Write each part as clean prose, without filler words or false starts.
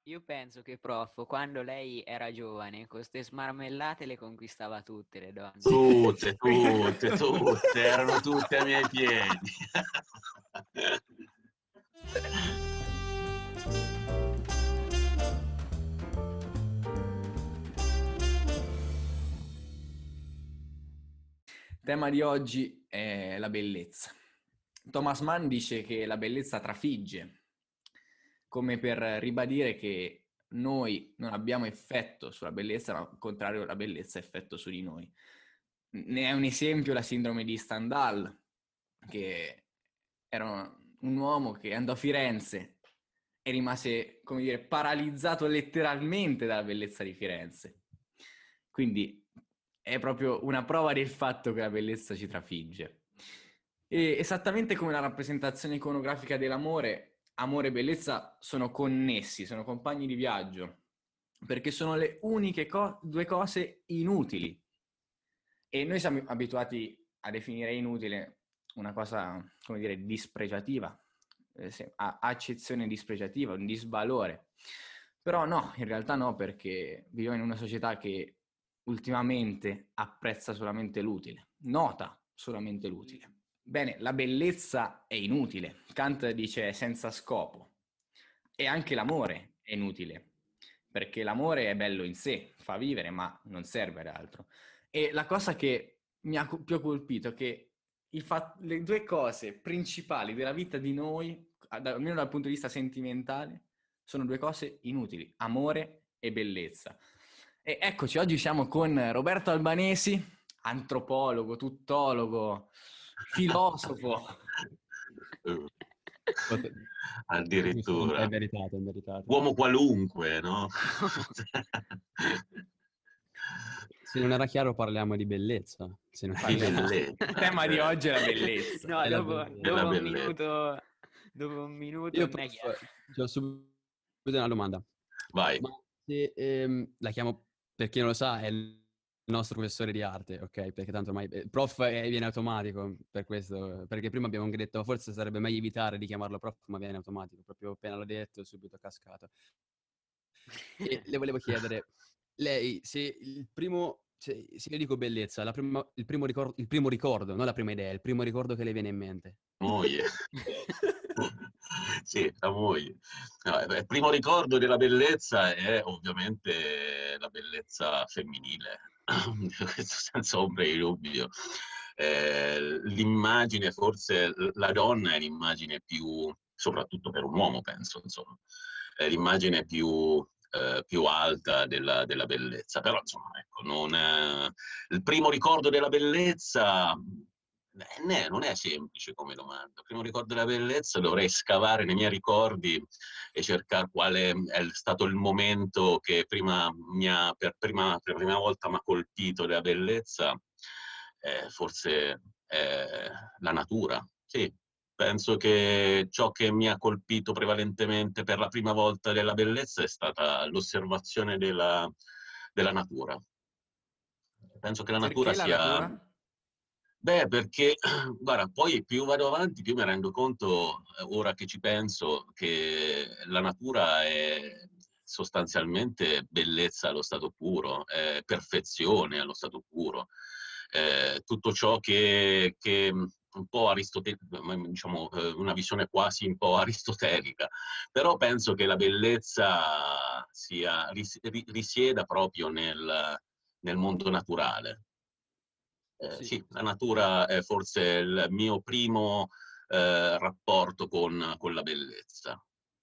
Io penso che prof, quando lei era giovane, con ste smarmellate le conquistava tutte le donne. Tutte, erano tutte ai miei piedi. Tema di oggi è la bellezza. Thomas Mann dice che la bellezza trafigge, come per ribadire che noi non abbiamo effetto sulla bellezza, ma al contrario la bellezza ha effetto su di noi. Ne è un esempio la sindrome di Stendhal, che era un uomo che andò a Firenze e rimase, come dire, paralizzato letteralmente dalla bellezza di Firenze. Quindi è proprio una prova del fatto che la bellezza ci trafigge. E esattamente come la rappresentazione iconografica dell'amore, amore e bellezza sono connessi, sono compagni di viaggio, perché sono le uniche due cose inutili. E noi siamo abituati a definire inutile una cosa, come dire, dispregiativa, accezione dispregiativa, un disvalore. Però no, in realtà no, perché viviamo in una società che ultimamente apprezza solamente l'utile, nota solamente l'utile. Bene, la bellezza è inutile. Kant dice senza scopo. E anche l'amore è inutile, perché l'amore è bello in sé, fa vivere, ma non serve ad altro. E la cosa che mi ha più colpito è che le due cose principali della vita di noi, almeno dal punto di vista sentimentale, sono due cose inutili, amore e bellezza. E eccoci, oggi siamo con Roberto Albanesi, antropologo, tuttologo, filosofo. Addirittura. È meritato, è meritato. Uomo qualunque, no? Se non era chiaro parliamo di bellezza. Se non Di bellezza. Il tema di oggi è la bellezza. No, È la dopo bellezza. dopo un minuto Io non è chiaro. ti ho subito una domanda. Vai. Ma se la chiamo, per chi non lo sa, è il nostro professore di arte, ok? Perché tanto ormai prof viene automatico per questo, perché prima abbiamo anche detto forse sarebbe meglio evitare di chiamarlo prof, ma viene automatico, proprio appena l'ho detto subito cascato. E le volevo chiedere, lei, se il primo, se io dico bellezza, il primo ricordo, non la prima idea, il primo ricordo che le viene in mente. Moglie. Sì, la moglie. No, il primo ricordo della bellezza è ovviamente la bellezza femminile, questo senza ombra di dubbio. L'immagine, forse la donna è l'immagine più, soprattutto per un uomo, penso, insomma, è l'immagine più alta della bellezza. Però, insomma, ecco, il primo ricordo della bellezza non è semplice come domanda. Il primo ricordo della bellezza dovrei scavare nei miei ricordi e cercare quale è stato il momento che per la prima volta mi ha colpito della bellezza. Forse la natura, sì. Penso che ciò che mi ha colpito prevalentemente per la prima volta della bellezza è stata l'osservazione della natura. Penso che la natura Perché la sia... natura? Beh, perché, guarda, poi più vado avanti, più mi rendo conto, ora che ci penso, che la natura è sostanzialmente bellezza allo stato puro, è perfezione allo stato puro. Tutto ciò che un po' diciamo, una visione quasi un po' aristotelica, però penso che la bellezza risieda proprio nel mondo naturale. Sì, la natura è forse il mio primo rapporto con la bellezza.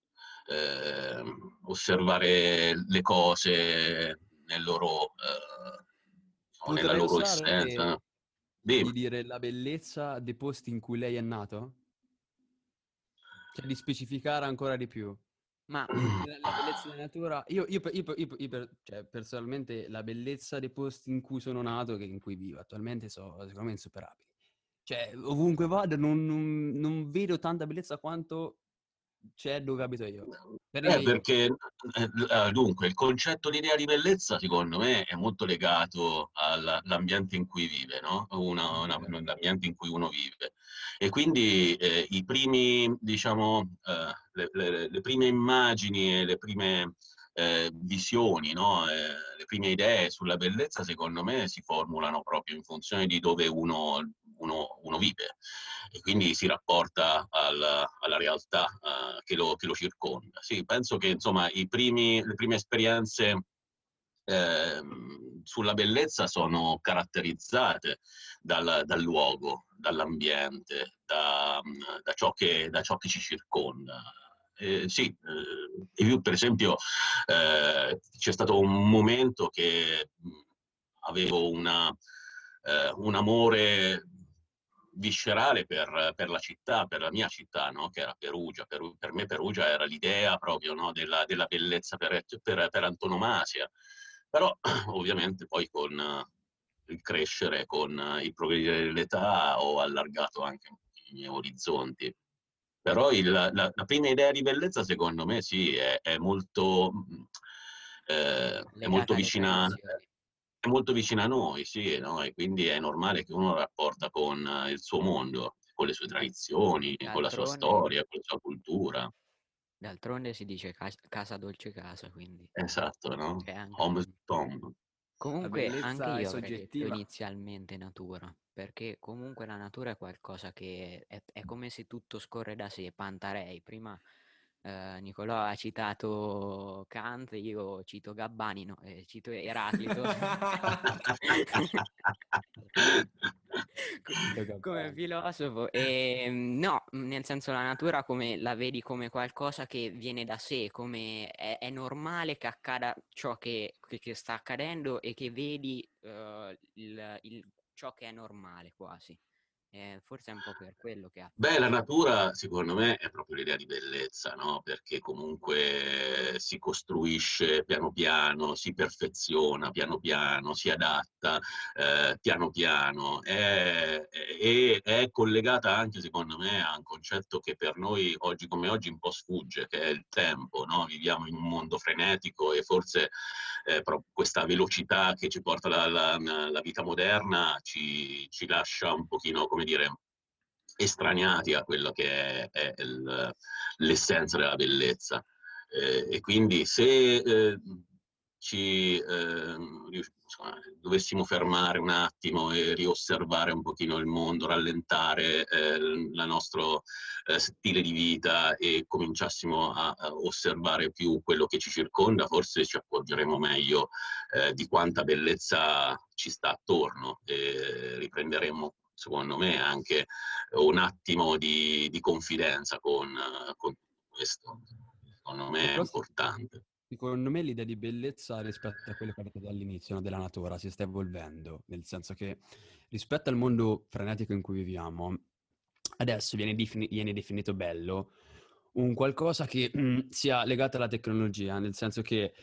Osservare le cose nella Potrei loro usare essenza. di dire la bellezza dei posti in cui lei è nato? Cioè di specificare ancora di più. Ma La bellezza della natura, cioè, personalmente la bellezza dei posti in cui sono nato e in cui vivo attualmente sono secondo me insuperabili. Cioè, ovunque vado non vedo tanta bellezza quanto c'è dove abito io. Per i miei occhi. Perché dunque il concetto di idea di bellezza secondo me è molto legato all'ambiente in cui vive, no? L'ambiente in cui uno vive. E quindi i primi, diciamo, le prime immagini e le prime visioni, no? Le prime idee sulla bellezza, secondo me, si formulano proprio in funzione di dove uno vive, e quindi si rapporta alla realtà che lo circonda. Sì, penso che insomma le prime esperienze sulla bellezza sono caratterizzate dal luogo, dall'ambiente, da ciò che ci circonda. Sì, io per esempio c'è stato un momento che avevo un amore viscerale per la città, per la mia città, no? Che era Perugia. Per me Perugia era l'idea proprio, no? della bellezza per antonomasia. Però ovviamente poi con il crescere, con il progredire dell'età, ho allargato anche i miei orizzonti. Però la prima idea di bellezza, secondo me, sì, è molto Legata alle vicina. tradizioni. È molto vicina a noi, sì, no? E quindi è normale che uno rapporta con il suo mondo, con le sue tradizioni, con la sua D'altronde, storia, con la sua cultura. d'altronde si dice casa dolce casa, quindi Esatto, no? c'è anche Home sweet home. La Comunque anche bellezza è io avrei detto soggettiva. inizialmente natura, perché comunque la natura è qualcosa che è come se tutto scorre da sé. Pantarei, prima Nicolò ha citato Kant, io cito Gabbani, no, cito Eraclito. Come filosofo, no, nel senso la natura come la vedi come qualcosa che viene da sé, come è normale che accada ciò che sta accadendo e che vedi ciò che è normale quasi. Forse è un po' per quello che Beh, la affascina. natura, secondo me, è proprio l'idea di bellezza, no? Perché comunque si costruisce piano piano, si perfeziona piano piano, si adatta piano piano. È collegata anche, secondo me, a un concetto che per noi, oggi come oggi, un po' sfugge, che è il tempo, no? Viviamo in un mondo frenetico e forse questa velocità che ci porta la vita moderna ci lascia un pochino, come dire, estraniati a quello che è l'essenza della bellezza. E quindi se dovessimo fermare un attimo e riosservare un pochino il mondo, rallentare il nostro stile di vita e cominciassimo a osservare più quello che ci circonda, forse ci accorgeremo meglio di quanta bellezza ci sta attorno e riprenderemo, secondo me, anche un attimo di confidenza con questo. Secondo me è Però importante. secondo me l'idea di bellezza rispetto a quello che avete dall'inizio, no, della natura, si sta evolvendo, nel senso che rispetto al mondo frenetico in cui viviamo, adesso viene definito bello un qualcosa che sia legato alla tecnologia, nel senso che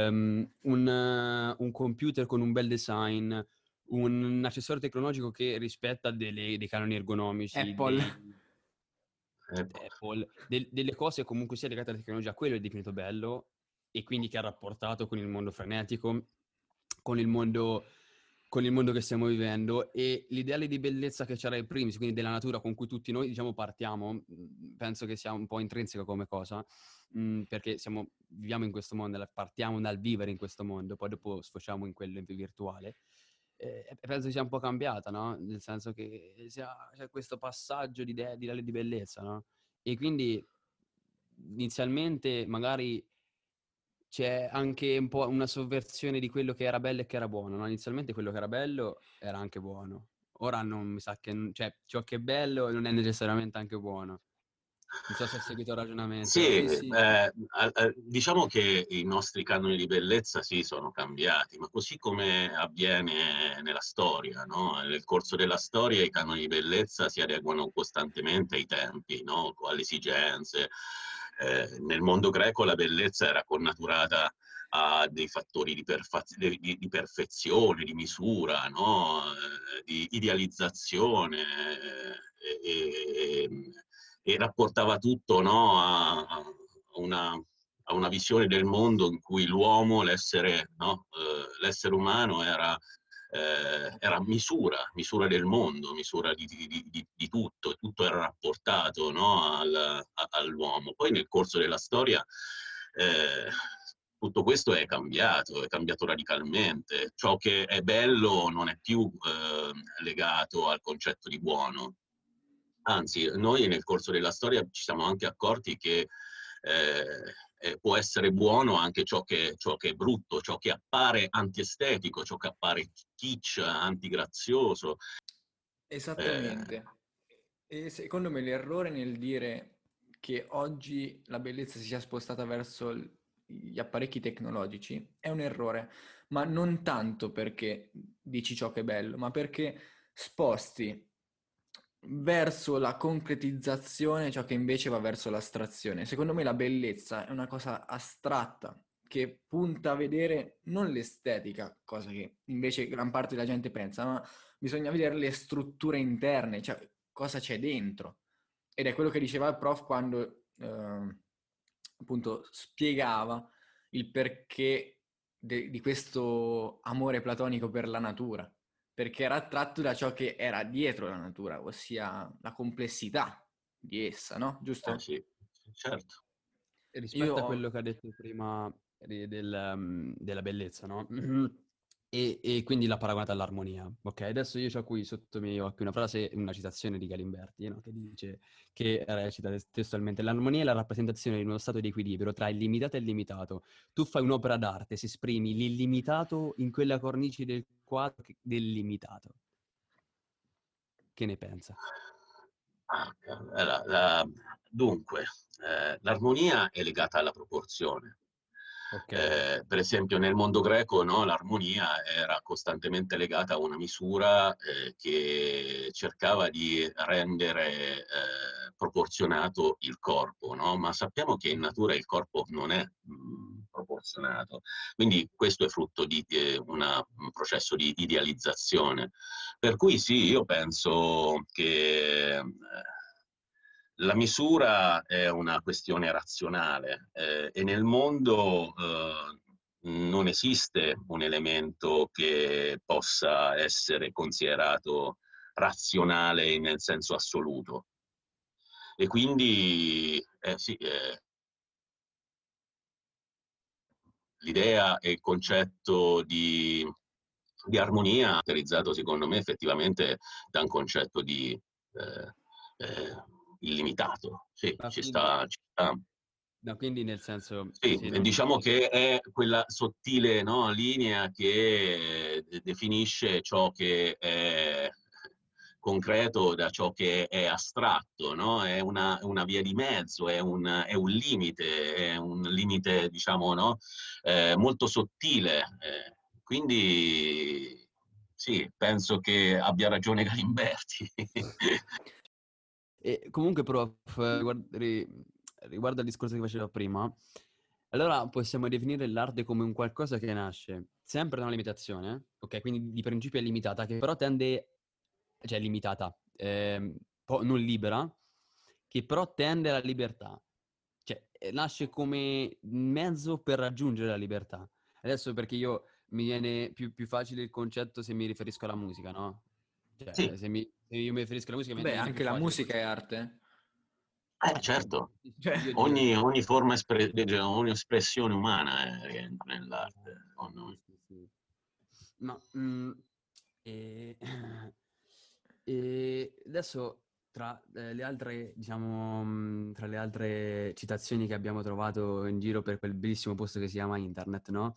un computer con un bel design, un accessorio tecnologico che rispetta dei canoni ergonomici, Apple. Apple, delle cose comunque sia legate alla tecnologia, quello è definito bello e quindi che ha rapportato con il mondo frenetico, con il mondo che stiamo vivendo, e l'ideale di bellezza che c'era ai primi, quindi della natura con cui tutti noi, diciamo, partiamo, penso che sia un po' intrinseca come cosa, perché viviamo in questo mondo, partiamo dal vivere in questo mondo, poi dopo sfociamo in quello virtuale. Penso sia un po' cambiata, no? Nel senso che c'è questo passaggio di ideale di bellezza, no? E quindi inizialmente magari c'è anche un po' una sovversione di quello che era bello e che era buono, no? Inizialmente quello che era bello era anche buono. Ora non mi sa che... cioè, ciò che è bello non è necessariamente anche buono. Non so se ho seguito il ragionamento. Sì, Sì. diciamo che i nostri canoni di bellezza sì sono cambiati, ma così come avviene nella storia, no? Nel corso della storia i canoni di bellezza si adeguano costantemente ai tempi, no? Alle esigenze. Nel mondo greco la bellezza era connaturata a dei fattori di perfezione, di misura, no? Di idealizzazione. E rapportava tutto, no, a una visione del mondo in cui l'uomo, l'essere umano, era era misura del mondo, misura di tutto era rapportato, no, all'uomo. Poi nel corso della storia tutto questo è cambiato radicalmente. Ciò che è bello non è più legato al concetto di buono. Anzi, noi nel corso della storia ci siamo anche accorti che può essere buono anche ciò che è brutto, ciò che appare antiestetico, ciò che appare kitsch, antigrazioso. Esattamente. E secondo me l'errore nel dire che oggi la bellezza si sia spostata verso gli apparecchi tecnologici è un errore, ma non tanto perché dici ciò che è bello, ma perché sposti verso la concretizzazione ciò che invece va verso l'astrazione. Secondo me la bellezza è una cosa astratta che punta a vedere non l'estetica, cosa che invece gran parte della gente pensa, ma bisogna vedere le strutture interne, cioè cosa c'è dentro. Ed è quello che diceva il prof quando appunto spiegava il perché di questo amore platonico per la natura, perché era attratto da ciò che era dietro la natura, ossia la complessità di essa, no? Giusto? Sì, certo. Rispetto a quello che ha detto prima della bellezza, no? E quindi l'ha paragonata all'armonia, ok? Adesso io ho qui sotto i miei occhi una frase, una citazione di Galimberti, no? Che dice, che recita testualmente: l'armonia è la rappresentazione di uno stato di equilibrio tra il limitato e il limitato. Tu fai un'opera d'arte se esprimi l'illimitato in quella cornice del quadro del limitato. Che ne pensa? Allora, dunque, l'armonia è legata alla proporzione. Ok. Per esempio nel mondo greco, no, l'armonia era costantemente legata a una misura che cercava di rendere proporzionato il corpo, no? Ma sappiamo che in natura il corpo non è proporzionato, quindi questo è frutto di un processo di idealizzazione. Per cui sì, io penso che la misura è una questione razionale e nel mondo non esiste un elemento che possa essere considerato razionale nel senso assoluto. E quindi sì, l'idea e il concetto di armonia è caratterizzato secondo me effettivamente da un concetto di illimitato. Sì, Ma ci quindi, sta, ci sta. no, quindi nel senso, Sì, se non... diciamo che è quella sottile, no, linea che definisce ciò che è concreto da ciò che è astratto, no? È una via di mezzo, è un limite, diciamo, no? Molto sottile. Quindi sì, penso che abbia ragione Galimberti. E comunque, prof, riguardo al discorso che faceva prima, allora possiamo definire l'arte come un qualcosa che nasce sempre da una limitazione, ok? Quindi di principio è limitata, che però tende, cioè limitata, non libera, che però tende alla libertà. Cioè, nasce come mezzo per raggiungere la libertà. Adesso perché mi viene più facile il concetto se mi riferisco alla musica, no? Sì, Cioè, se io mi riferisco alla musica mi Beh, viene più anche la facile. musica è arte. certo. Cioè, Io Ogni forma, ogni espressione umana rientra nell'arte, secondo me. sì. Ma e, e adesso tra le altre, diciamo, tra le altre citazioni che abbiamo trovato in giro per quel bellissimo posto che si chiama internet, no?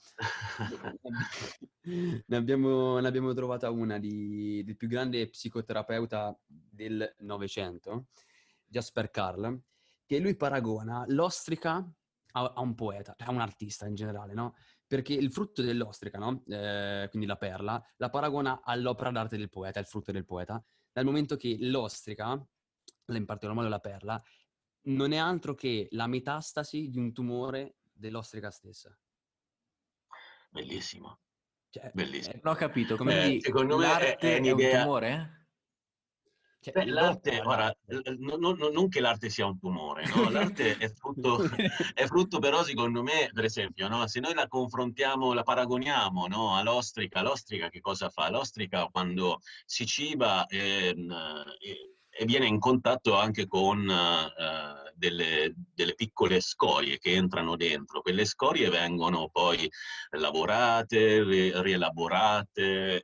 Ne abbiamo trovata una del più grande psicoterapeuta del Novecento, Jasper Karl, che lui paragona l'ostrica a un poeta, a un artista in generale, no? Perché il frutto dell'ostrica, no? Quindi la perla, la paragona all'opera d'arte del poeta, il frutto del poeta, dal momento che l'ostrica, in particolar modo la perla, non è altro che la metastasi di un tumore dell'ostrica stessa. Bellissimo, Cioè, bellissimo. non ho capito, quindi Secondo me è l'arte è un un'idea. tumore? Cioè, Beh, l'arte, l'opera ora, d'arte. non che l'arte sia un tumore, no? L'arte è frutto, è frutto però, secondo me, per esempio, no? Se noi la confrontiamo, la paragoniamo, no? All'ostrica, l'ostrica che cosa fa? L'ostrica quando si ciba e viene in contatto anche con delle piccole scorie che entrano dentro. Quelle scorie vengono poi lavorate, rielaborate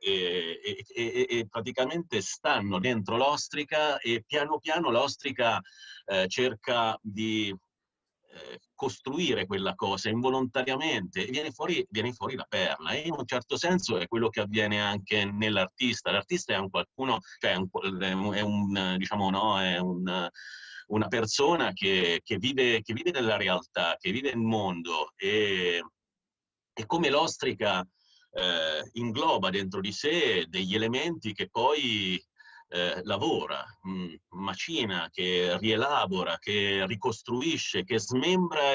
e praticamente stanno dentro l'ostrica e piano piano l'ostrica cerca di costruire quella cosa involontariamente e viene fuori la perla. E in un certo senso è quello che avviene anche nell'artista. L'artista è un qualcuno, cioè è un diciamo, no, è una persona che vive nella realtà, che vive il mondo e come l'ostrica ingloba dentro di sé degli elementi che poi lavora, macina, che rielabora, che ricostruisce, che smembra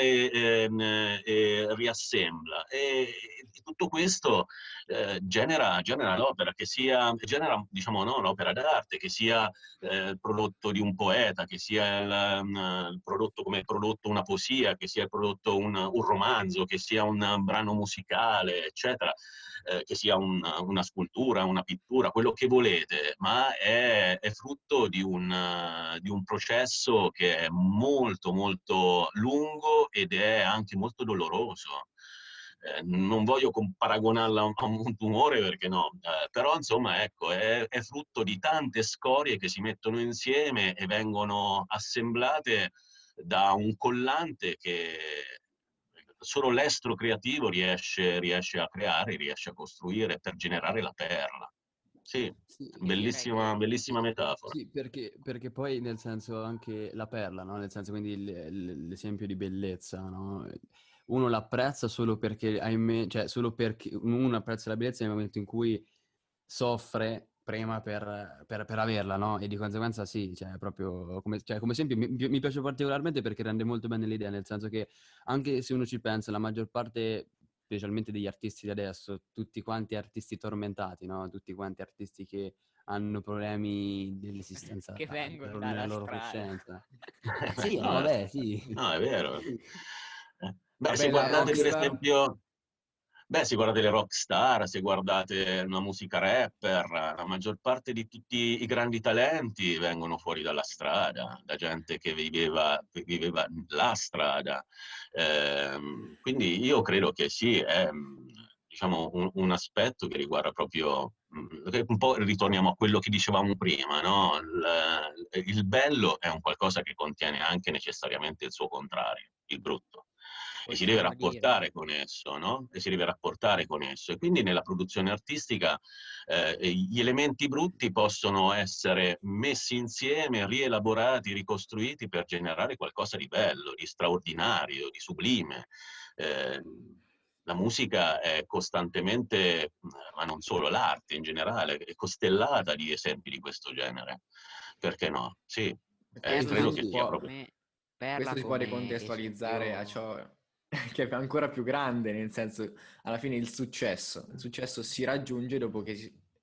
e riassembla. E tutto questo genera l'opera, genera, diciamo, no, l'opera d'arte, che sia il prodotto di un poeta, che sia il prodotto come prodotto una poesia, che sia il prodotto un romanzo, che sia un brano musicale, eccetera, che sia una scultura, una pittura, quello che volete, ma è frutto di un processo che è molto molto lungo ed è anche molto doloroso. Non voglio paragonarla a un tumore perché no, però insomma ecco, è frutto di tante scorie che si mettono insieme e vengono assemblate da un collante che solo l'estro creativo riesce a creare, riesce a costruire per generare la perla. Sì, Sì, Io direi che bellissima metafora. sì, perché poi nel senso anche la perla, no? Nel senso quindi l'esempio di bellezza, no? Uno l'apprezza solo perché, ahimè, cioè solo perché uno apprezza la bellezza nel momento in cui soffre prima per averla, no? E di conseguenza sì, cioè proprio come esempio mi piace particolarmente perché rende molto bene l'idea, nel senso che anche se uno ci pensa, la maggior parte, specialmente degli artisti di adesso, tutti quanti artisti tormentati, no? Tutti quanti artisti che hanno problemi dell'esistenza, che vengono problemi nella dalla loro strada. coscienza. Beh, Sì, no, vabbè, sì. no, è vero. Sì. Beh, se Vabbè, la guardate per rockstar... esempio, se guardate le rockstar, se guardate una musica rapper, la maggior parte di tutti i grandi talenti vengono fuori dalla strada, da gente che viveva la strada. Quindi io credo che sì, è diciamo, un aspetto che riguarda proprio, un po' ritorniamo a quello che dicevamo prima, no? Il bello è un qualcosa che contiene anche necessariamente il suo contrario, il brutto. E si deve Possiamo dire, rapportare con esso, no? E si deve rapportare con esso. E quindi nella produzione artistica gli elementi brutti possono essere messi insieme, rielaborati, ricostruiti per generare qualcosa di bello, di straordinario, di sublime. Eh, la musica è costantemente, ma non solo l'arte in generale, è costellata di esempi di questo genere. Perché no? Sì, Questo credo Sì, che si sì. sia può, proprio... me, questo Perla si può come ricontestualizzare a esempio. ciò che è ancora più grande, nel senso, alla fine il successo. Il successo si raggiunge dopo che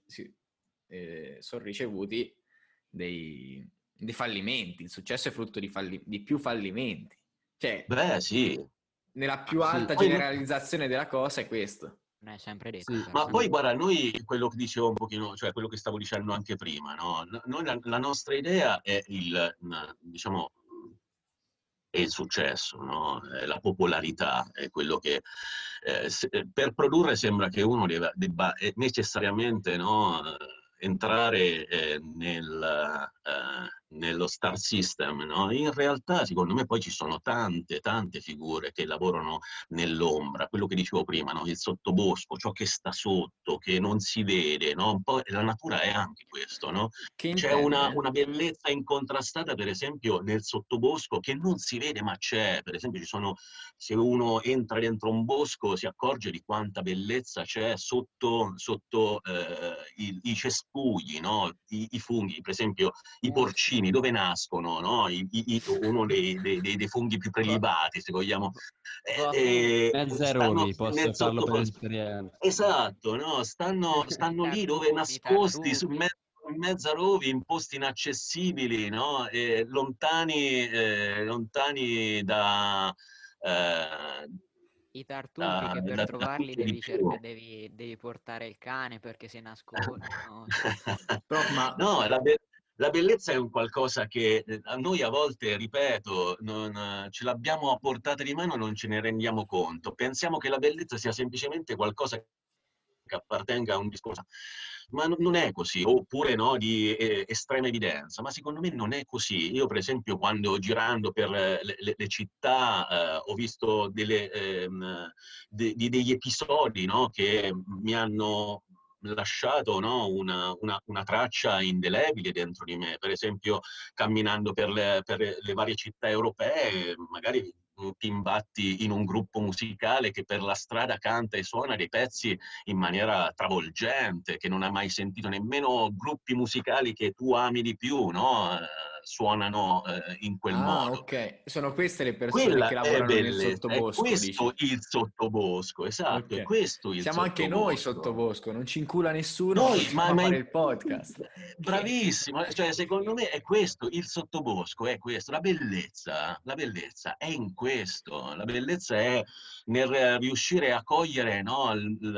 sono ricevuti dei fallimenti. Il successo è frutto di più fallimenti. Cioè, Beh, sì. nella Ah, più Sì, alta Poi, generalizzazione della cosa è questo. non è sempre detto, sì, però. ma poi sì. guarda, noi quello che dicevo un pochino, cioè quello che stavo dicendo anche prima, no? Noi la nostra idea è diciamo, è il successo, no? È la popolarità, è quello che per produrre sembra che uno debba necessariamente, no, entrare nello star system, no? In realtà, secondo me, poi ci sono tante figure che lavorano nell'ombra, quello che dicevo prima, no? Il sottobosco, ciò che sta sotto, che non si vede, no? Un po' la natura è anche questo, no? Che C'è intende? una bellezza incontrastata, per esempio, nel sottobosco che non si vede ma c'è. Per esempio, se uno entra dentro un bosco si accorge di quanta bellezza c'è sotto i cespugli, no? I funghi, per esempio i porcini, dove nascono, no? Uno dei funghi più prelibati, se vogliamo. Mezza Stanno Romi, posso nel farlo per sottofondo. esperienza. Esatto, no? Stanno lì dove Tartufi, nascosti sul tartufi. mezzo in mezzo a rovi, in posti inaccessibili, no? Lontani da... I tartufi che per da trovarli tutto di più. devi portare il cane perché si nascondono. Prof, ma No, la bellezza è un qualcosa che a noi a volte, ripeto, ce l'abbiamo a portata di mano e non ce ne rendiamo conto. Pensiamo che la bellezza sia semplicemente qualcosa che appartenga a un discorso, ma non è così, oppure no, di estrema evidenza, ma secondo me non è così. Io per esempio quando girando per le città ho visto degli episodi, no, che mi hanno lasciato, no, una traccia indelebile dentro di me. Per esempio camminando per le varie città europee, magari ti imbatti in un gruppo musicale che per la strada canta e suona dei pezzi in maniera travolgente, che non ha mai sentito nemmeno gruppi musicali che tu ami di più, no? Suonano in quel modo. ok. Sono queste le persone che Quella è lavorano nel bellezza, è sottobosco, questo dici? il sottobosco, esatto, è Ok. questo il Siamo anche noi sottobosco. sottobosco, non ci incula nessuno, ma Noi, continuiamo a fare il podcast. bravissimo, cioè secondo me è questo, il sottobosco è questo, la bellezza è in questo, la bellezza è nel riuscire a cogliere, no,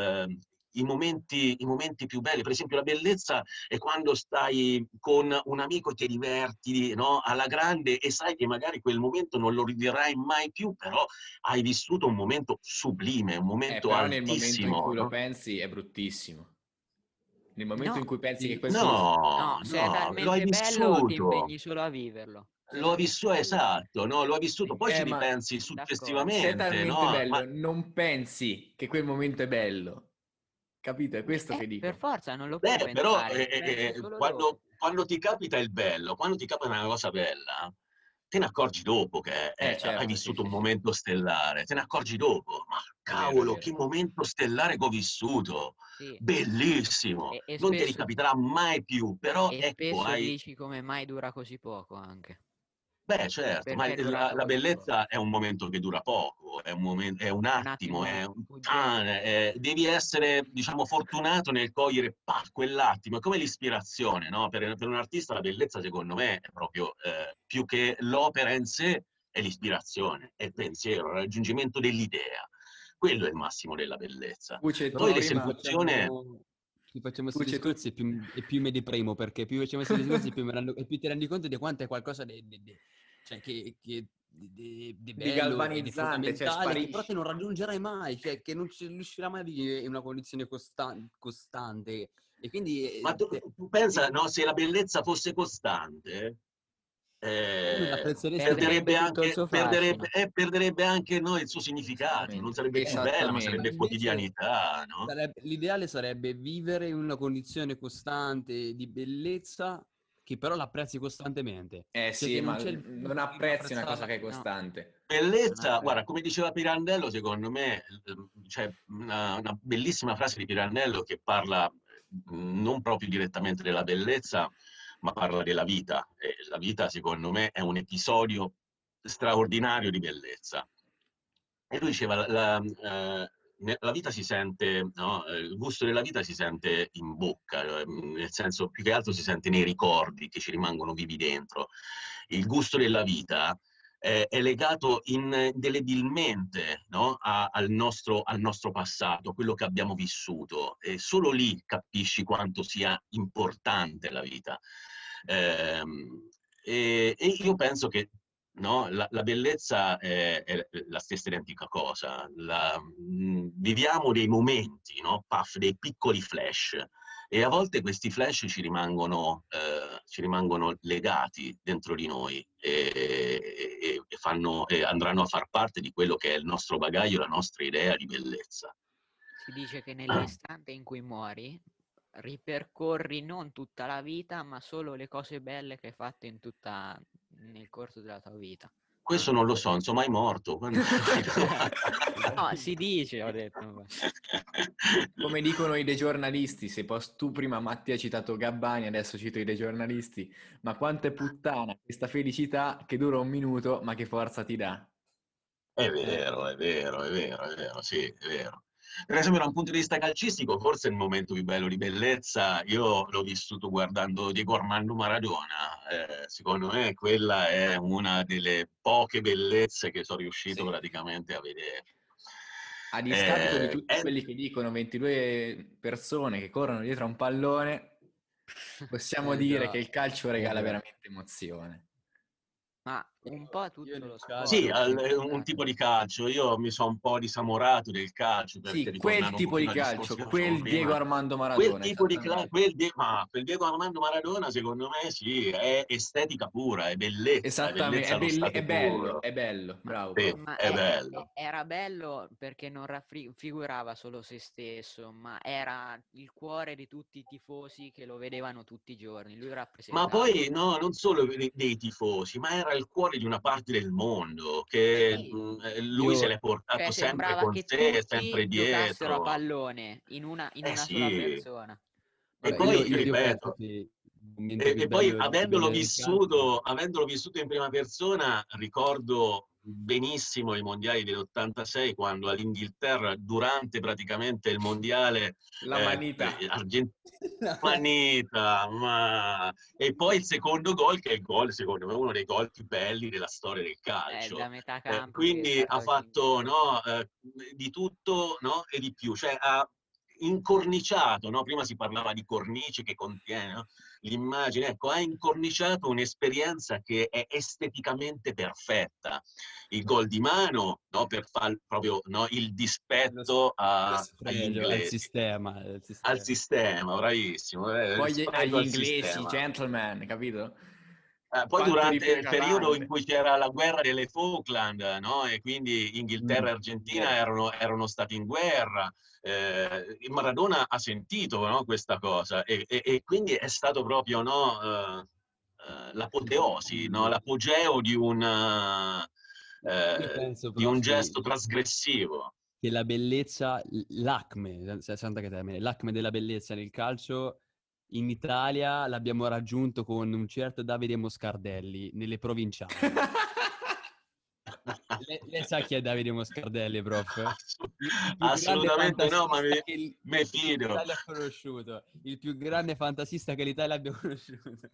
i momenti più belli. Per esempio la bellezza è quando stai con un amico e ti diverti, no, alla grande e sai che magari quel momento non lo rivedrai mai più, però hai vissuto un momento sublime, un momento Però nel momento in altissimo, cui lo no? pensi è bruttissimo. Nel momento in No, cui pensi che No, no, se è no, lo hai talmente bello ti vissuto. impegni solo a viverlo. Se è Lo ha talmente vissuto, bello, esatto, no? Lo ha vissuto, sì, poi ci ma ripensi d'accordo. se è successivamente, talmente no? Ma bello, non pensi che quel momento è bello. Capito? È questo che Per dico. forza non lo puoi beh, però pensare, ci pensi solo dopo. quando ti capita il bello, quando ti capita una cosa bella, te ne accorgi dopo che hai Certo, sì, vissuto sì, un sì. momento stellare, te ne accorgi dopo. Ma È vero, è cavolo, vero. che momento stellare che ho vissuto! Sì, Bellissimo! e Non ti spesso, ricapiterà mai più, però e ecco, spesso hai... dici come mai dura così poco anche. Beh, certo, ma Perché è durato la così poco. bellezza è un momento che dura poco, è un È un attimo, attimo è un... fuggente. devi essere, diciamo, fortunato nel cogliere quell'attimo. È come l'ispirazione, no? Per un artista la bellezza, secondo me, è proprio più che l'opera in sé, è l'ispirazione, è il pensiero, il raggiungimento dell'idea. Quello è il massimo della bellezza. Fuce, Però tu Poi se prima... l'esecuzione... facciamo questi Fuce, tu... discorsi e più mi deprimo, perché più facciamo questi discorsi e più ti rendi conto di quanto è qualcosa cioè, che di Di bello e di galvanizzante, cioè fondamentale, che però te sparisci. non raggiungerai mai, cioè che non ci riuscirai mai a vivere in una condizione costante. E quindi Ma tu pensa, no, se la bellezza fosse costante, non apprezzeresti Perderebbe tutto il suo fascino. perderebbe anche no, il suo significato, non Esattamente, sarebbe più bella, ma sarebbe esattamente. invece quotidianità, no? l'ideale sarebbe vivere in una condizione costante di bellezza che però l'apprezzi costantemente. Eh Cioè sì, che non ma c'è il non punto di non apprezzi una cosa apprezzarla. che è No, costante. non Bellezza, apprezzo. guarda, come diceva Pirandello, secondo me, c'è una bellissima frase di Pirandello che parla non proprio direttamente della bellezza, ma parla della vita. E la vita, secondo me, è un episodio straordinario di bellezza. E lui diceva, la vita si sente, no? Il gusto della vita si sente in bocca, nel senso più che altro si sente nei ricordi che ci rimangono vivi dentro. Il gusto della vita è legato indelebilmente, no? Al nostro passato, a quello che abbiamo vissuto. E solo lì capisci quanto sia importante la vita. E io penso che no, la bellezza è la stessa identica cosa. Viviamo dei momenti, no? Puff, dei piccoli flash. E a volte questi flash ci rimangono legati dentro di noi e andranno a far parte di quello che è il nostro bagaglio, la nostra idea di bellezza. Si dice che nell'istante in cui muori ripercorri non tutta la vita, ma solo le cose belle che hai fatto nel corso della tua vita. Questo non lo so, non sono mai morto. Quando... No, si dice, ho detto. Come dicono i dei giornalisti, tu prima Matti hai citato Gabbani, adesso cito i dei giornalisti, ma quanto è puttana questa felicità che dura un minuto, ma che forza ti dà? È vero, è vero, è vero, è vero, sì, è vero. Per esempio, da un punto di vista calcistico, forse il momento più bello di bellezza, io l'ho vissuto guardando Diego Armando Maradona. Secondo me quella è una delle poche bellezze che sono riuscito Sì. praticamente a vedere. A discapito di tutti quelli che dicono 22 persone che corrono dietro a un pallone, possiamo dire che il calcio regala veramente emozione. Ma un po' Io tutto nel lo calcio- Sì, sport. è un tipo di calcio. Io mi sono un po' disamorato del calcio, perché Sì, quel ritornando un tipo di pochino al discorso calcio, che facevamo quel Diego prima, Armando quel Maradona, tipo di esattamente. quel Diego Armando Maradona, secondo me, sì, è estetica pura, è Esattamente, bellezza allo stato puro. è bello, bravo, Sì, prof. Ma è bello. era bello perché non raffigurava solo se stesso, ma era il cuore di tutti i tifosi che lo vedevano tutti i giorni. Lui Ma rappresentava. poi no, non solo dei tifosi, ma era il cuore di una parte del mondo che Sì, lui se Io l'è cioè portato sempre sembrava con che sé, tutti sempre giocassero a dietro. pallone in Eh una sola sì. persona. E Vabbè, poi, io penso ripeto, che il momento più e poi bello di vedere il calcio. avendolo vissuto in prima persona, ricordo benissimo i mondiali dell'86, quando all'Inghilterra, durante praticamente il mondiale, La manita. Manita, e poi il secondo gol, che è il gol, secondo me, uno dei gol più belli della storia del calcio. Da metà campo che Quindi ha salta giù. fatto, no, di tutto, no, e di più, cioè ha incorniciato, no? Prima si parlava di cornice che contiene, no? L'immagine, ecco, ha incorniciato un'esperienza che è esteticamente perfetta. Il gol di mano, no, per fare proprio, no, il dispetto Lo agli sfregio al inglesi, sistema. al sistema, bravissimo, Poi rispetto agli al inglesi, sistema. gentleman, capito? Poi Quanto durante di più il periodo in eclatante. cui c'era la guerra delle Falkland, no? E quindi Inghilterra e Argentina Vero. erano stati in guerra, Maradona ha sentito, no, questa cosa e quindi è stato proprio, no, l'apoteosi, no? L'apogeo Io penso, di un prof, gesto trasgressivo. che la bellezza, l'acme, santa che termine, l'acme della bellezza nel calcio in Italia l'abbiamo raggiunto con un certo Davide Moscardelli nelle provinciali. Lei sa chi è Davide Moscardelli, prof? Il più grande Assolutamente no, ma fantasista mi che fido. l'Italia ha conosciuto. Il più grande fantasista che l'Italia abbia conosciuto.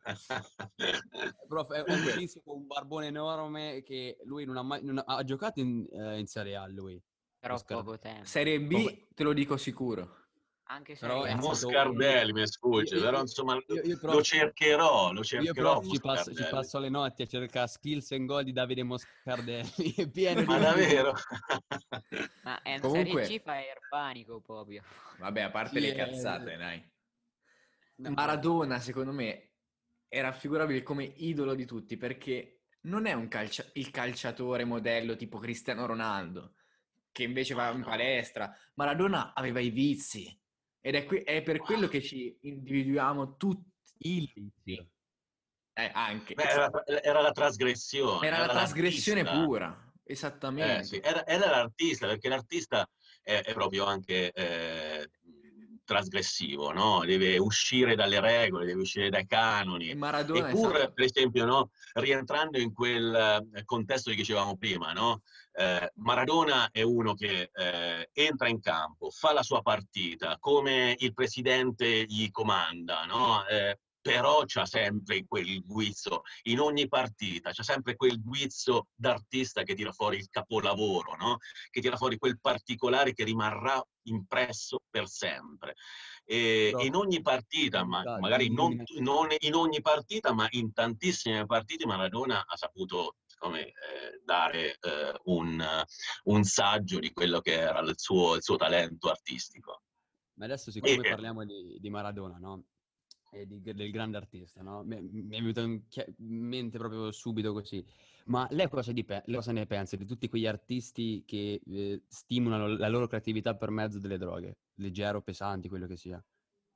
Prof, è un Comunque, tizio con un barbone enorme che lui non ha mai... ha giocato in Serie A, lui. Però Moscardelli. poco tempo. Serie B te lo dico sicuro. Anche Però Serie è A. stato... Moscardelli mi sfugge, però insomma lo prof, cercherò ci Moscardelli. passo le notti a cercare skills and goal di Davide Moscardelli, è pieno di Ma video. davvero? Ma è in Serie C Comunque, fa air panico proprio. vabbè, a parte Sì, le cazzate, dai. no, Maradona, secondo me, è raffigurabile come idolo di tutti perché non è il calciatore modello tipo Cristiano Ronaldo, che invece va in No. palestra. Maradona aveva i vizi ed è per quello che ci individuiamo tutti. il vizio. Anche. Beh, era la trasgressione, Era la era trasgressione l'artista. pura, Sì, esattamente. era l'artista, perché l'artista è proprio anche trasgressivo, no? Deve uscire dalle regole, deve uscire dai E canoni. E Maradona, pur, esatto. per esempio, no, rientrando in quel contesto che dicevamo prima, no? Maradona è uno che entra in campo, fa la sua partita, come il presidente gli comanda, no? Però c'ha sempre quel guizzo in ogni partita, c'è sempre quel guizzo d'artista che tira fuori il capolavoro, no? Che tira fuori quel particolare che rimarrà impresso per sempre. E Però in ogni partita, ma magari non in ogni partita, ma in tantissime partite, Maradona ha saputo dare un saggio di quello che era il suo talento artistico. Ma adesso, E, siccome parliamo di Maradona, no? E del grande artista, no? Mi è venuto in mente proprio subito così. Ma lei cosa ne pensa di tutti quegli artisti che stimolano la loro creatività per mezzo delle droghe? Leggero, pesanti, quello che sia.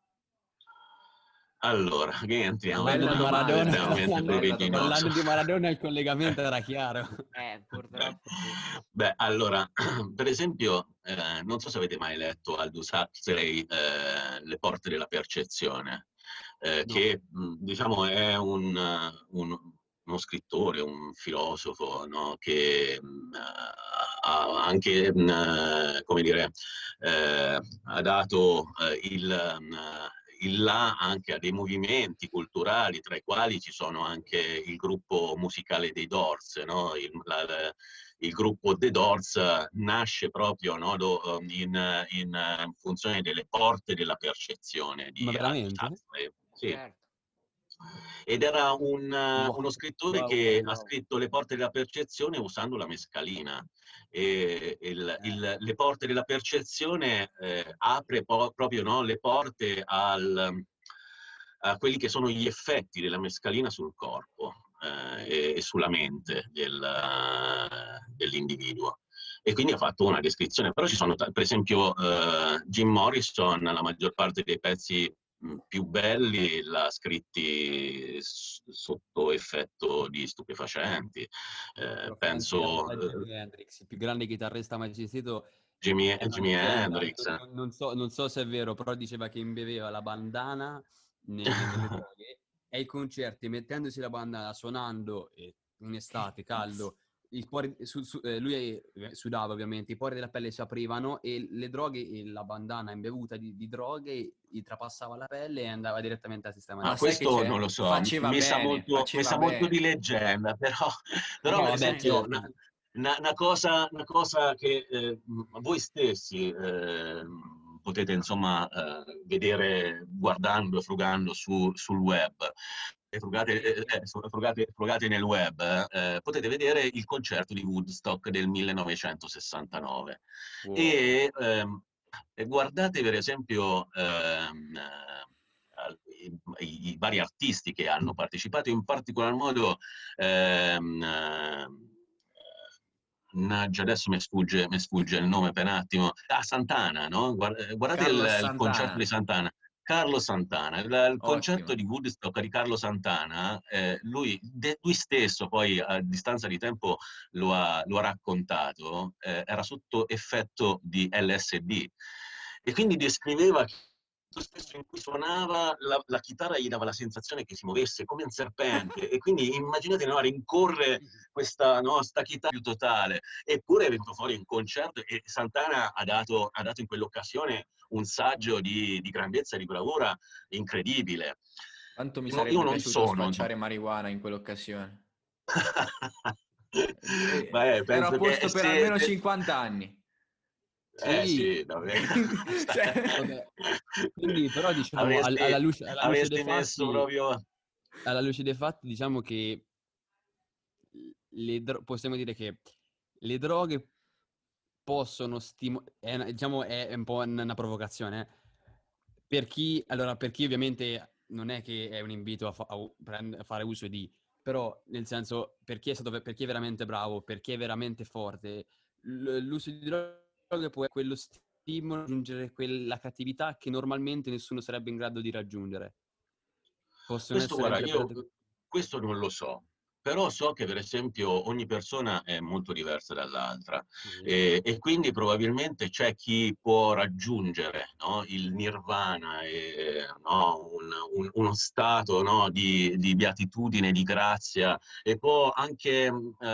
allora, che entriamo in Bella un domanda, ambito estremamente bella domanda. vertiginoso. Parlando di Maradona il collegamento era chiaro. Purtroppo sì. Beh, allora, per esempio, non so se avete mai letto Aldous Huxley, Le porte della percezione, No. che diciamo è uno scrittore, un filosofo, no? Che anche, come dire, ha dato il là anche a dei movimenti culturali, tra i quali ci sono anche il gruppo musicale dei Doors, no? Il gruppo The Doors nasce proprio, no, in funzione delle porte della percezione Ma di Aldous veramente? Huxley. Sì. Certo. Ed era Wow, uno scrittore wow, che wow, ha wow. scritto Le porte della percezione usando la mescalina. E le porte della percezione apre proprio, no, le porte a quelli che sono gli effetti della mescalina sul corpo e sulla mente dell'individuo. E quindi ha fatto una descrizione. Però ci sono, per esempio, Jim Morrison, la maggior parte dei pezzi più belli l'ha scritti sotto effetto di stupefacenti. Penso A Jimi Hendrix, il più grande chitarrista mai esistito. Jimi È una leggenda. Hendrix. Non so se è vero, però diceva che imbeveva la bandana nelle droghe e ai concerti, mettendosi la bandana, suonando in estate, caldo, lui sudava ovviamente, i pori della pelle si aprivano e le droghe, e la bandana imbevuta di droghe gli trapassava la pelle e andava direttamente a sistemare. Ma Ma sai che questo c'è? non lo so, Faceva mi sa bene, molto faceva di bene. leggenda, però No, per vabbè, esempio certo. una cosa che voi stessi potete insomma vedere guardando, frugando sul web, frugate nel web, potete vedere il concerto di Woodstock del 1969 Wow. e guardate per esempio i vari artisti che hanno partecipato, in particolar modo adesso mi sfugge il nome per un attimo, Santana, no? Guardate Carlos il concerto Santana, di Santana. Carlo Santana, il concerto ottimo. di Woodstock di Carlo Santana, lui stesso poi a distanza di tempo lo ha raccontato, era sotto effetto di LSD e quindi descriveva che spesso in cui suonava la chitarra gli dava la sensazione che si muovesse come un serpente e quindi immaginate, no, rincorre questa, no, sta chitarra più totale, eppure è venuto fuori in concerto e Santana ha dato in quell'occasione un saggio di grandezza e di bravura incredibile. Quanto mi Io sarebbe non piaciuto sono spacciare marijuana in quell'occasione. Ero a penso che posto per almeno 50 anni. Sì, sì, davvero. Cioè, vabbè. Quindi però diciamo alla luce dei avresti messo fatti, proprio diciamo che possiamo dire che le droghe possono diciamo è un po' una provocazione. Per chi ovviamente non è che è un invito a fare uso di, però nel senso per chi è veramente bravo, per chi è veramente forte, l'uso di droghe può essere quello stimolo a raggiungere quella cattività che normalmente nessuno sarebbe in grado di raggiungere. Possono questo, essere guarda, interpretate. questo non lo so, però so che per esempio ogni persona è molto diversa dall'altra Sì. e quindi probabilmente c'è chi può raggiungere, no, il nirvana, no, uno stato, no, di beatitudine, di grazia e può anche,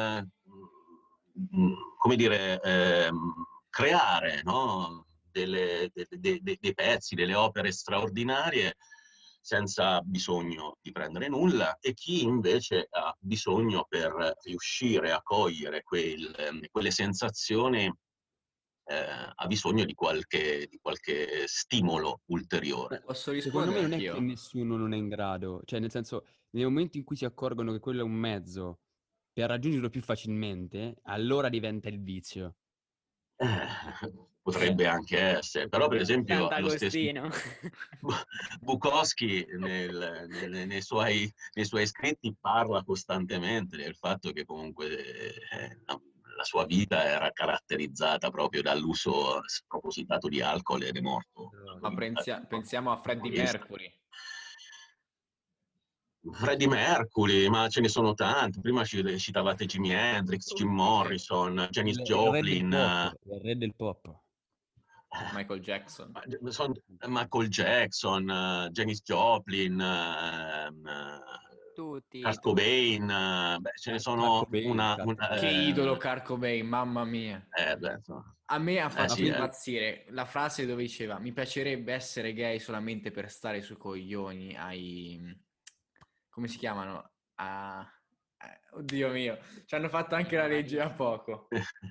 come dire, creare, no, dei pezzi, delle opere straordinarie senza bisogno di prendere nulla e chi invece ha bisogno per riuscire a cogliere quelle sensazioni ha bisogno di qualche stimolo ulteriore. posso Secondo me rispondere non è che anch'io? nessuno non è in grado, cioè nel senso, nel momento in cui si accorgono che quello è un mezzo per raggiungerlo più facilmente, allora diventa il vizio. Cioè, Potrebbe anche essere, però per esempio allo stesso Sant'Agostino. Bukowski nei suoi scritti parla costantemente del fatto che comunque la sua vita era caratterizzata proprio dall'uso spropositato di alcol ed è morto. Ma pensiamo a Freddie Mercury. Freddie Mercury, ma ce ne sono tanti. Prima citavate Jimi Hendrix, Jim Morrison, Janis il re del Joplin, pop, il re del pop. Michael Jackson. Michael Jackson, Janis Joplin, tutti. Kurt Cobain, beh, ce ne sono Che idolo Kurt Cobain, mamma mia. Insomma. A me ha fatto sì, impazzire la frase dove diceva: mi piacerebbe essere gay solamente per stare sui coglioni ai... come si chiamano? Oddio mio, ci hanno fatto anche la legge da poco.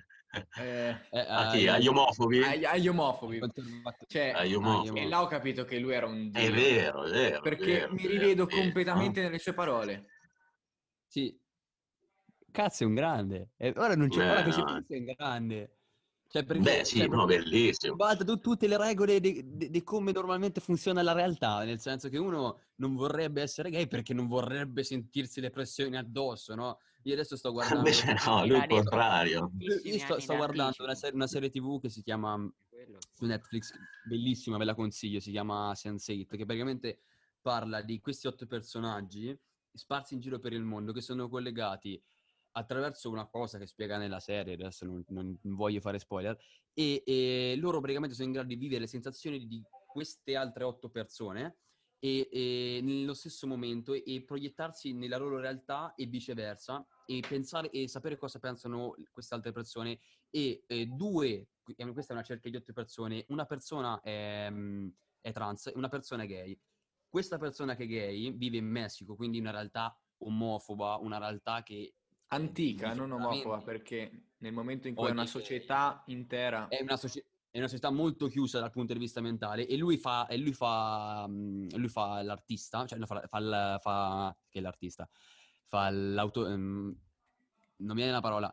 A chi? Agli omofobi? Agli omofobi. Cioè, Agli omofobi. e là ho capito che lui era un dio. È vero, perché mi rivedo completamente nelle sue parole. Sì. Cazzo, è un grande. Ora non c'è, ora che ci penso è un grande. Cioè, perché, sì, no, bellissimo. Tutte le regole di come normalmente funziona la realtà, nel senso che uno non vorrebbe essere gay perché non vorrebbe sentirsi le pressioni addosso, no? Io adesso sto guardando... Invece no, lui il contrario. Io sto guardando una serie TV che si chiama su Netflix, bellissima, ve la consiglio, si chiama Sense8, che praticamente parla di questi 8 personaggi sparsi in giro per il mondo che sono collegati attraverso una cosa che spiega nella serie, adesso non voglio fare spoiler, e loro praticamente sono in grado di vivere le sensazioni di queste altre 8 persone e nello stesso momento e proiettarsi nella loro realtà e viceversa e pensare e sapere cosa pensano queste altre persone e questa è una cerchia di 8 persone, una persona è trans, una persona è gay. Questa persona che è gay vive in Messico, quindi una realtà omofoba, una realtà che antica, non omofoba, perché nel momento in cui è una società intera è una società molto chiusa dal punto di vista mentale e lui fa l'artista, cioè che è l'artista, fa l'autore, non mi viene la parola,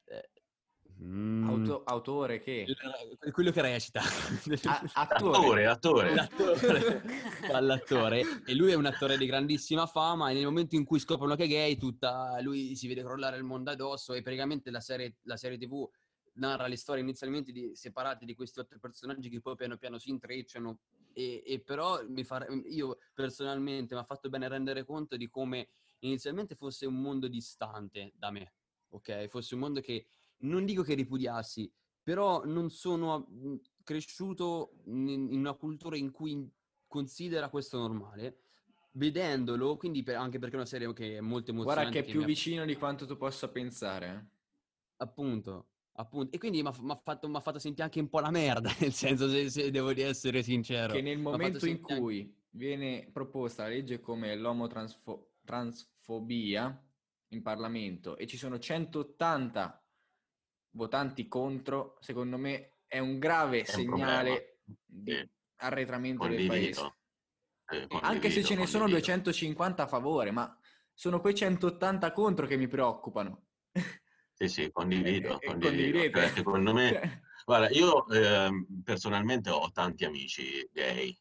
autore che? Quello che recita. Attore. Fa l'attore e lui è un attore di grandissima fama e nel momento in cui scoprono che è gay lui si vede crollare il mondo addosso e praticamente la serie TV narra le storie inizialmente separate di questi 8 personaggi che poi piano piano si intrecciano e però io personalmente mi ha fatto bene rendere conto di come inizialmente fosse un mondo distante da me, ok? Fosse un mondo che non dico che ripudiassi, però non sono cresciuto in una cultura in cui considera questo normale. Vedendolo, quindi anche perché è una serie che è molto emozionante. Guarda che è più vicino di quanto tu possa pensare. Appunto. E quindi mi ha fatto sentire anche un po' la merda, nel senso, se devo essere sincero. Che nel momento in cui viene proposta la legge come l'omotransfobia in Parlamento e ci sono 180 votanti contro, secondo me è un grave segnale di arretramento del paese. Anche se ce ne sono 250 a favore, ma sono quei 180 contro che mi preoccupano. Sì, condivido. Condividete? Secondo me, guarda, io personalmente ho tanti amici gay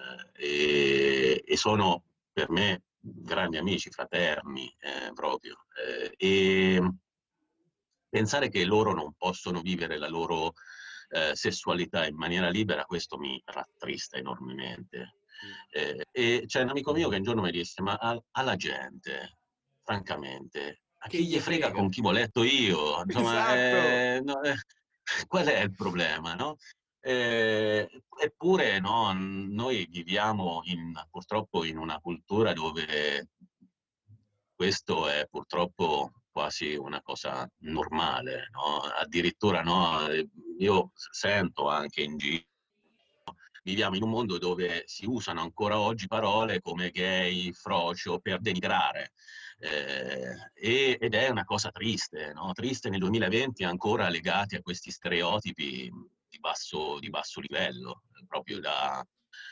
e sono per me grandi amici, fraterni proprio. E pensare che loro non possono vivere la loro sessualità in maniera libera, questo mi rattrista enormemente. E c'è un amico mio che un giorno mi disse: ma alla gente, francamente, a chi gli frega con chi voletto io? Insomma, Esatto. qual è il problema, no? Eppure no, noi viviamo purtroppo in una cultura dove questo è purtroppo quasi una cosa normale, no? Addirittura no, io sento anche in giro, viviamo in un mondo dove si usano ancora oggi parole come gay, frocio, per denigrare. Ed è una cosa triste, no? Triste nel 2020 ancora legati a questi stereotipi di basso livello, proprio da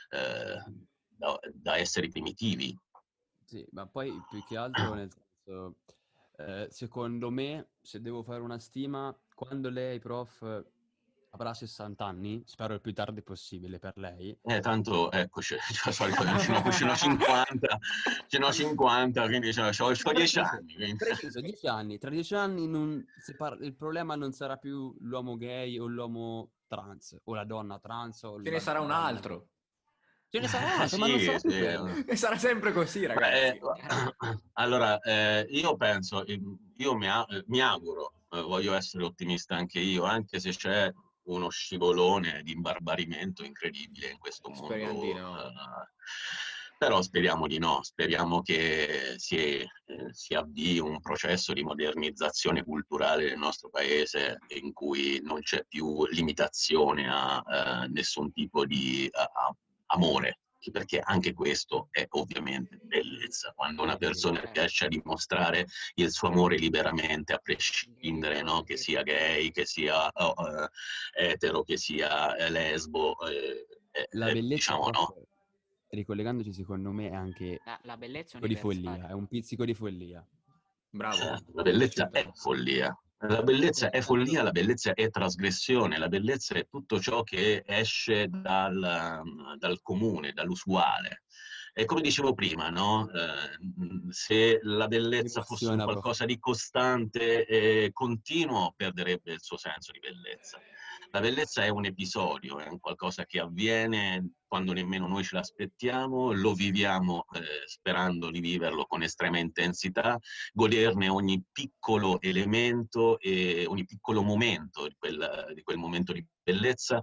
esseri primitivi. Sì, ma poi più che altro nel senso, secondo me, se devo fare una stima, quando lei, prof, avrà 60 anni, spero il più tardi possibile per lei. Tanto, eccoci, ce n'ho 50, quindi c'ho 10 anni. Quindi. Preciso, 10 anni. Tra 10 anni il problema non sarà più l'uomo gay o l'uomo trans, o la donna trans. Ce ne sarà un altro. Ce ne sarà un altro, ma non sarà più quello. E sarà sempre così, ragazzi. Allora, io penso, io mi auguro, voglio essere ottimista anche io, anche se c'è uno scivolone di imbarbarimento incredibile in questo mondo. Speriamo di no. Però speriamo di no, speriamo che si avvii un processo di modernizzazione culturale del nostro paese in cui non c'è più limitazione a nessun tipo di amore, perché anche questo è ovviamente bellezza. Quando una persona riesce a dimostrare il suo amore liberamente, a prescindere, no? Che sia gay, che sia etero, che sia lesbo, La bellezza, diciamo, no? ricollegandoci secondo me è anche La bellezza un pizzico di universale. follia, è un pizzico di follia. Bravo. La bellezza è follia. La bellezza è follia, la bellezza è trasgressione, la bellezza è tutto ciò che esce dal comune, dall'usuale. E come dicevo prima, no? Se la Mi bellezza fosse un emoziona, prof. qualcosa di costante e continuo, perderebbe il suo senso di bellezza. La bellezza è un episodio, è un qualcosa che avviene quando nemmeno noi ce l'aspettiamo, lo viviamo sperando di viverlo con estrema intensità, goderne ogni piccolo elemento e ogni piccolo momento di quel momento di bellezza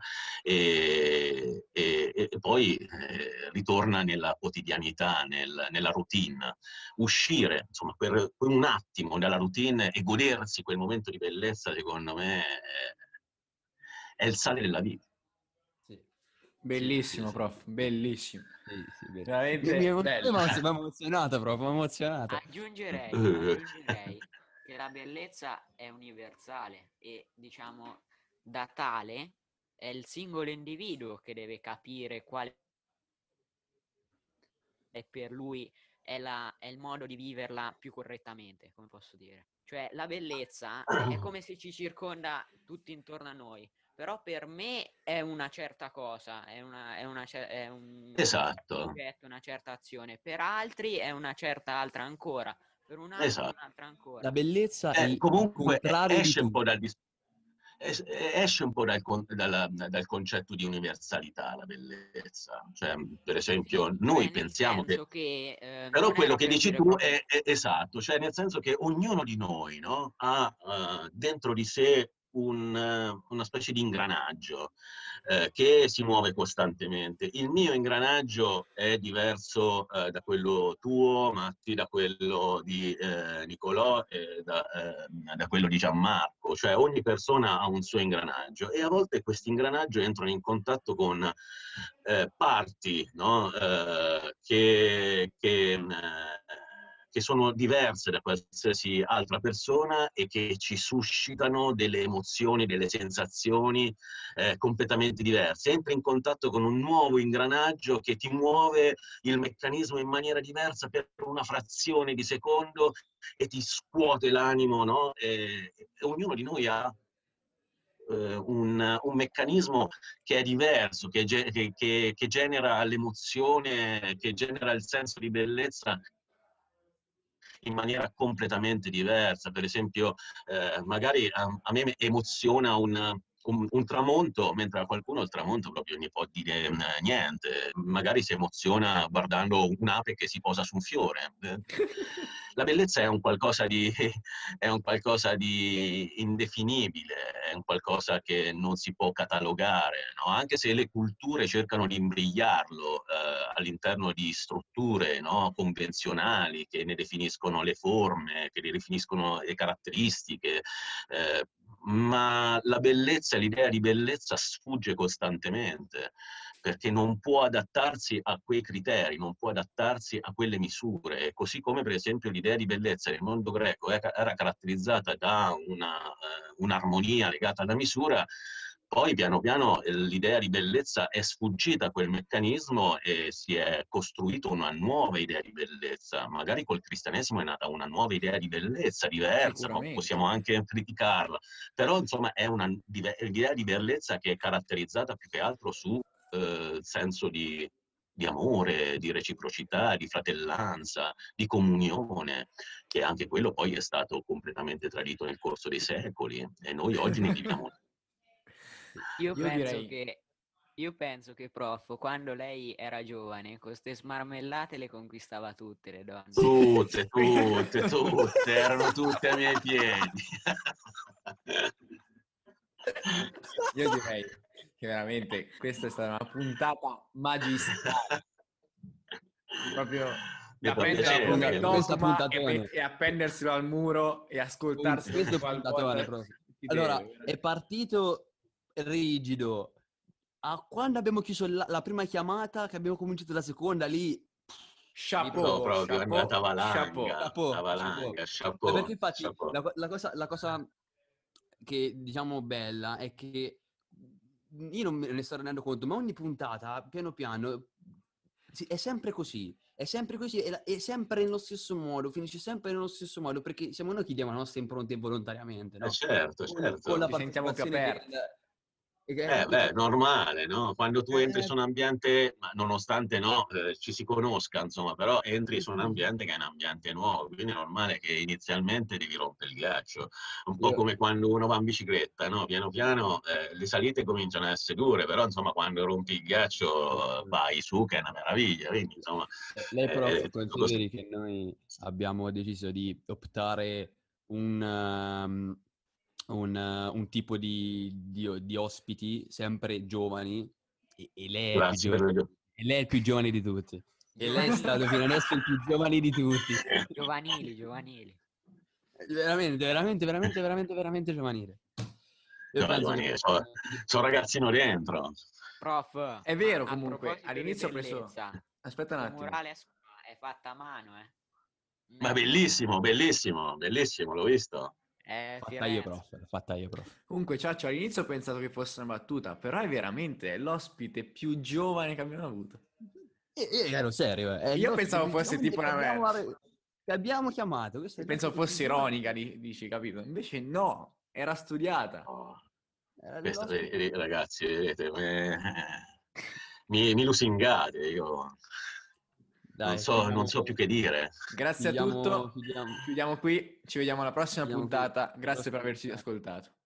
e poi ritorna nella quotidianità, nella routine. Uscire, insomma, per un attimo dalla routine e godersi quel momento di bellezza, secondo me, è il sale della vita. Sì. Bellissimo, prof, bellissimo. Sì, Veramente mi bello. ha emozionato, prof, mi ha emozionato. Aggiungerei che la bellezza è universale e, diciamo, da tale è il singolo individuo che deve capire quale per lui è il modo di viverla più correttamente, come posso dire. Cioè, la bellezza è come se ci circonda tutti intorno a noi, però per me è una certa cosa, è un Esatto. oggetto, una certa azione, per altri è una certa altra ancora, per un altro Esatto. un'altra ancora. La bellezza è il Comunque contrario di esce un tutto. po' esce un po' dal concetto di universalità la bellezza. Cioè, per esempio, noi Cioè, nel pensiamo senso che però non è quello da che dici prendere tu proprio... è esatto, cioè nel senso che ognuno di noi, no, ha dentro di sé una specie di ingranaggio che si muove costantemente. Il mio ingranaggio è diverso da quello tuo, Matti, da quello di Nicolò e da quello di Gianmarco. Cioè ogni persona ha un suo ingranaggio e a volte questi ingranaggio entrano in contatto con parti, no? Che sono diverse da qualsiasi altra persona e che ci suscitano delle emozioni, delle sensazioni completamente diverse. Entri in contatto con un nuovo ingranaggio che ti muove il meccanismo in maniera diversa per una frazione di secondo e ti scuote l'animo, no? E ognuno di noi ha un meccanismo che è diverso, che genera l'emozione, che genera il senso di bellezza in maniera completamente diversa. Per esempio, magari a me emoziona un tramonto, mentre a qualcuno il tramonto proprio ne può dire niente. Magari si emoziona guardando un'ape che si posa su un fiore. La bellezza è un qualcosa di indefinibile, è un qualcosa che non si può catalogare, no? Anche se le culture cercano di imbrigliarlo all'interno di strutture, no, convenzionali che ne definiscono le forme, che ne definiscono le caratteristiche, ma la bellezza, l'idea di bellezza sfugge costantemente perché non può adattarsi a quei criteri, non può adattarsi a quelle misure. Così come per esempio l'idea di bellezza nel mondo greco era caratterizzata da un'armonia legata alla misura, poi piano piano l'idea di bellezza è sfuggita a quel meccanismo e si è costruita una nuova idea di bellezza. Magari col cristianesimo è nata una nuova idea di bellezza diversa, no? Possiamo anche criticarla, però insomma è un'idea di bellezza che è caratterizzata più che altro su senso di amore, di reciprocità, di fratellanza, di comunione, che anche quello poi è stato completamente tradito nel corso dei secoli e noi oggi ne viviamo. Io penso che, prof, quando lei era giovane, con queste smarmellate le conquistava tutte le donne. Tutte, erano tutte ai miei piedi. Io direi che veramente questa è stata una puntata magistrale. proprio Mi da fa prendere piacere, come perché- Questa dogma puntatone. e appenderselo al muro e ascoltarsi Questo è qualche puntatone, volta. proprio. Ti Allora, deve, è partito rigido. Quando abbiamo chiuso la prima chiamata, che abbiamo cominciato la seconda, lì... Chapeau, proprio, è andata chapeau. Chapeau, a chapeau. valanga, Ma perché chapeau, infatti chapeau. la cosa che diciamo bella è che io non me ne sto rendendo conto, ma ogni puntata, piano piano, è sempre così. È sempre così, è sempre nello stesso modo, finisce sempre nello stesso modo, perché siamo noi che diamo la nostra impronta involontariamente, no? Certo, Con la certo. Ci sentiamo più partecipazione aperti. Beh, normale, no? Quando tu entri su un ambiente, ma nonostante no, ci si conosca, insomma, però entri su un ambiente che è un ambiente nuovo, quindi è normale che inizialmente devi rompere il ghiaccio. Un po' come quando uno va in bicicletta, no? Piano piano le salite cominciano a essere dure, però insomma quando rompi il ghiaccio vai su che è una meraviglia, quindi insomma... Lei, prof, tutto questo. consideri che noi abbiamo deciso di optare un tipo di ospiti sempre giovani e lei è il più Grazie per giovane, le... e lei è il più giovane di tutti. E lei è Giovanili. stato fino adesso il più giovane di tutti. Giovanili. Veramente, veramente, veramente, veramente, veramente giovanile. Io No, penso giovanile, che... c'ho un ragazzino dentro. Prof, È vero, a comunque, proposito all'inizio ho di preso... bellezza, Aspetta un il attimo. murale a scuola è fatta a mano, Ma Merda. bellissimo, bellissimo, bellissimo, l'ho visto. È Fatta io, Firenze. prof. Fatta io, prof. Comunque, Ciaccio, all'inizio ho pensato che fosse una battuta, però è veramente l'ospite più giovane che abbiamo avuto. Io ero serio. È il Io nostro pensavo più fosse giovane tipo che una... che abbiamo chiamato. Questo è il Pensavo nostro più fosse giovane. ironica, dici, capito? Invece no, era studiata. Oh, Era il questo, nostro- ragazzi, vedete, mi lusingate, io Dai, non so più che dire. Grazie a tutto, chiudiamo. chiudiamo qui, ci vediamo alla prossima Chiudiamo qui. puntata, grazie per Prossima averci puntata. ascoltato.